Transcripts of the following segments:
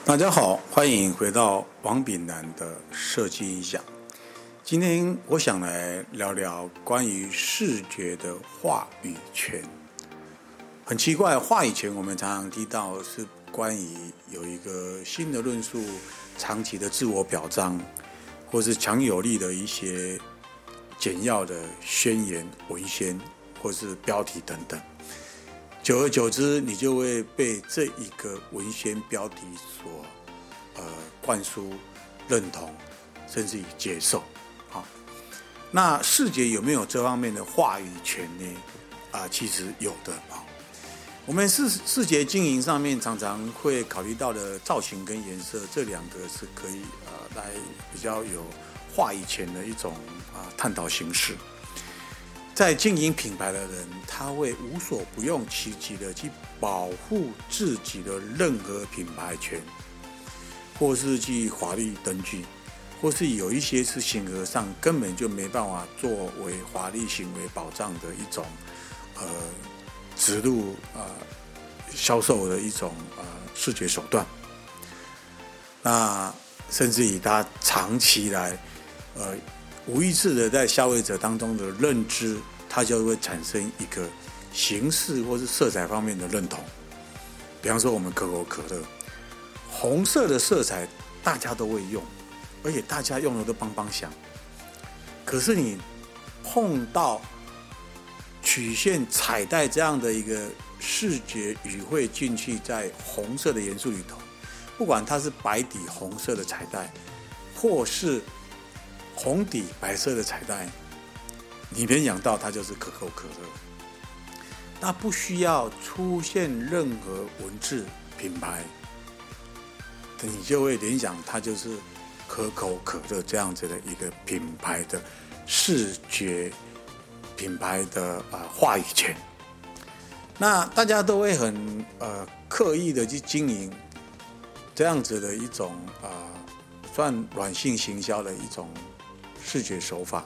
大家好，欢迎回到王炳南的设计音响。今天我想来聊聊关于视觉的话语权。很奇怪，话语权我们常常提到是关于有一个新的论述、长期的自我表彰，或是强有力的一些简要的宣言、文宣或是标题等等。久而久之，你就会被这一个文宣标题所灌输、认同，甚至于接受。好，那视觉有没有这方面的话语权呢？其实有的。我们视觉经营上面常常会考虑到的造型跟颜色，这两个是可以来比较有话语权的一种探讨形式。在经营品牌的人，他会无所不用其极的去保护自己的任何品牌权，或是去法律登记，或是有一些是行为上根本就没办法作为法律行为保障的一种植入销售的一种视觉手段。那甚至以他长期来无意识的在消费者当中的认知，它就会产生一个形式或是色彩方面的认同。比方说我们可口可乐，红色的色彩大家都会用，而且大家用的都邦邦响。可是你碰到曲线彩带这样的一个视觉语汇进去在红色的元素里头，不管它是白底红色的彩带，或是红底白色的彩带，你联想到它就是可口可乐。那不需要出现任何文字品牌，你就会联想它就是可口可乐这样子的一个品牌的视觉品牌的话语权。那大家都会很刻意的去经营这样子的一种算软性行销的一种视觉手法。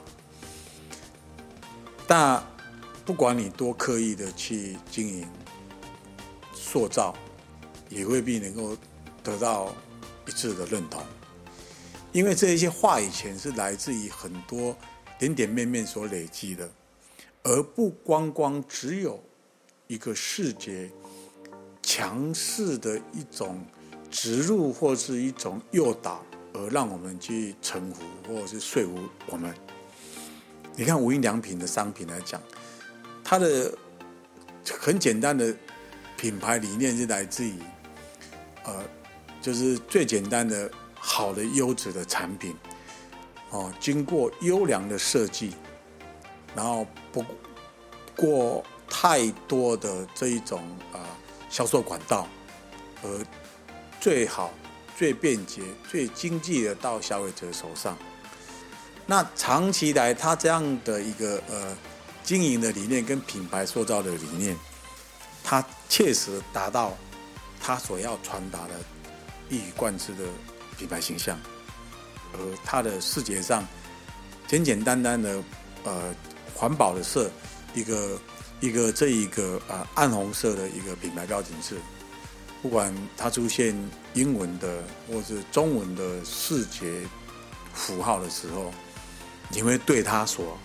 但不管你多刻意的去经营塑造，也未必能够得到一致的认同，因为这一些话语权是来自于很多点点面面所累积的，而不光只有一个视觉强势的一种植入或是一种诱导，而让我们去臣服或者是说服我们。你看无印良品的商品来讲，它的很简单的品牌理念是来自于就是最简单的好的优质的产品经过优良的设计，然后不过太多的这一种销售管道，而最好、最便捷、最经济的到消费者手上。那长期来，他这样的一个经营的理念跟品牌塑造的理念，它切实达到他所要传达的一以贯之的品牌形象，而它的视觉上简简单单的环保的色，一个暗红色的一个品牌标准字，不管它出现英文的或是中文的视觉符号的时候，你会对它所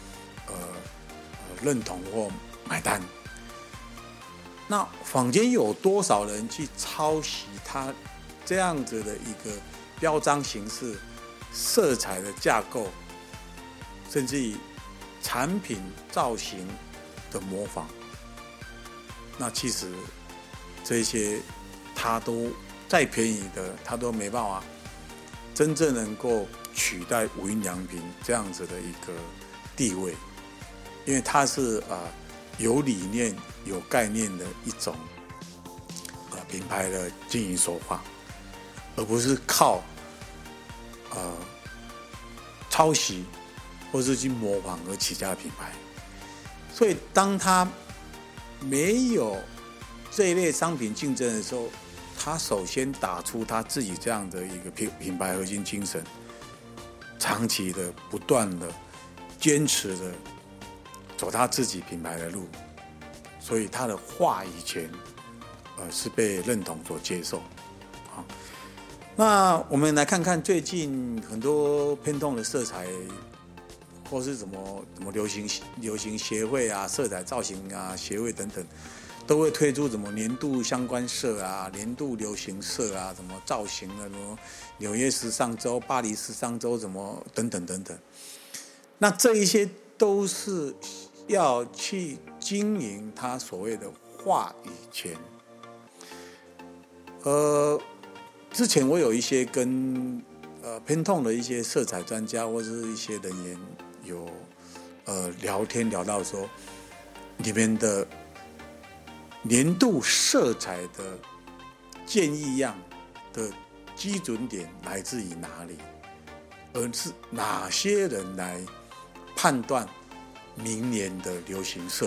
认同或买单。那坊间有多少人去抄袭它这样子的一个标章形式、色彩的架构，甚至于产品造型的模仿？那其实这些它都再便宜的，它都没办法真正能够取代无印良品这样子的一个地位，因为它是有理念、有概念的一种品牌的经营手法，而不是靠抄袭或是去模仿而起家的品牌。所以当它没有这一类商品竞争的时候，他首先打出他自己这样的一个品牌核心精神，长期的不断的坚持的走他自己品牌的路，所以他的话语权是被认同所接受。 那我们来看看最近很多Pantone的色彩，或是什么流行协会啊、色彩造型啊协会等等，都会推出什么年度相关色啊、年度流行色啊、什么造型的，什么纽约时尚周、巴黎时尚周，什么等等等等。那这一些都是要去经营它所谓的话语权。之前我有一些跟Pantone的一些色彩专家或是一些人员有聊天聊到说，里面的年度色彩的建议样的基准点来自于哪里，而是哪些人来判断明年的流行色。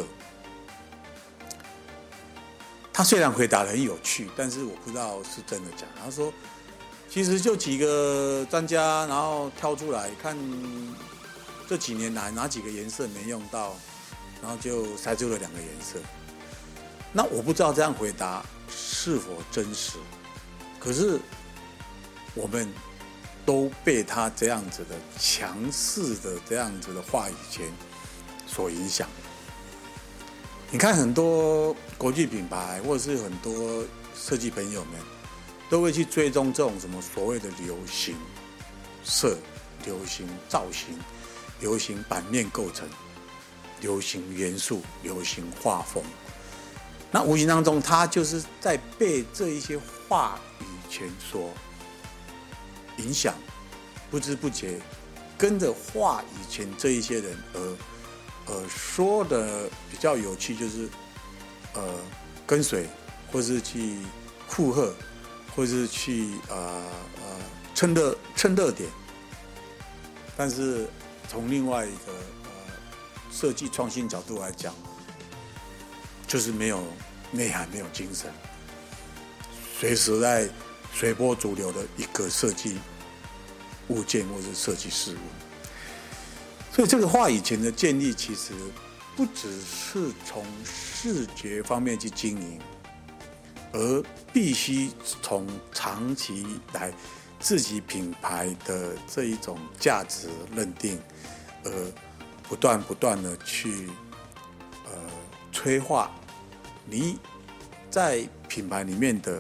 他虽然回答得很有趣，但是我不知道是真的假的。他说，其实就几个专家，然后挑出来看这几年来哪几个颜色没用到，然后就筛出了2个颜色。那我不知道这样回答是否真实，可是我们都被他这样子的强势的这样子的话语权所影响。你看很多国际品牌或者是很多设计朋友们都会去追踪这种什么所谓的流行色、流行造型、流行版面构成、流行元素、流行画风。那无形当中他就是在被这一些话语权所影响，不知不觉跟着话语权这一些人说的比较有趣，就是跟随，或是去附和，或是去蹭热点。但是从另外一个设计创新角度来讲，就是没有内涵，没有精神，随时在随波逐流的一个设计物件或是设计事物。所以这个话语权的建立，其实不只是从视觉方面去经营，而必须从长期来自己品牌的这一种价值认定，不断的去催化你在品牌里面的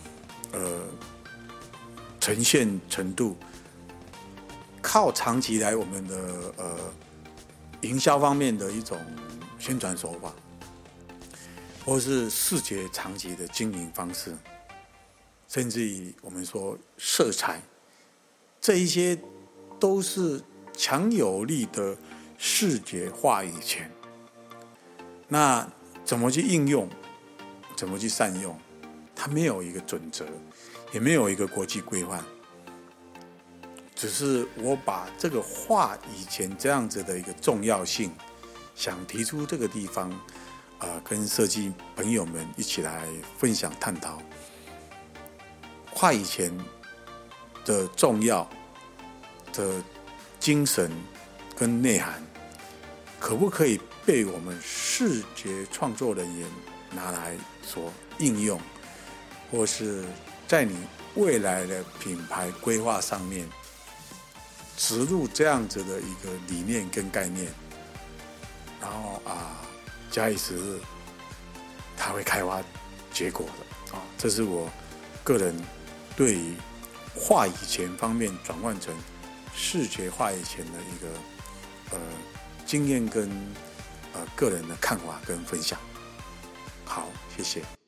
呈现程度。靠长期来我们的营销方面的一种宣传手法，或是视觉长期的经营方式，甚至于我们说色彩，这一些都是强有力的视觉话语权。那怎么去应用，怎么去善用，它没有一个准则，也没有一个国际规范。只是我把这个话语权这样子的一个重要性，想提出这个地方，跟设计朋友们一起来分享探讨话语权的重要的精神跟内涵，可不可以被我们视觉创作人员拿来所应用，或是在你未来的品牌规划上面植入这样子的一个理念跟概念，然后假以时日，它会开花结果的这是我个人对于话语权方面转换成视觉话语权的一个经验跟个人的看法跟分享。好，谢谢。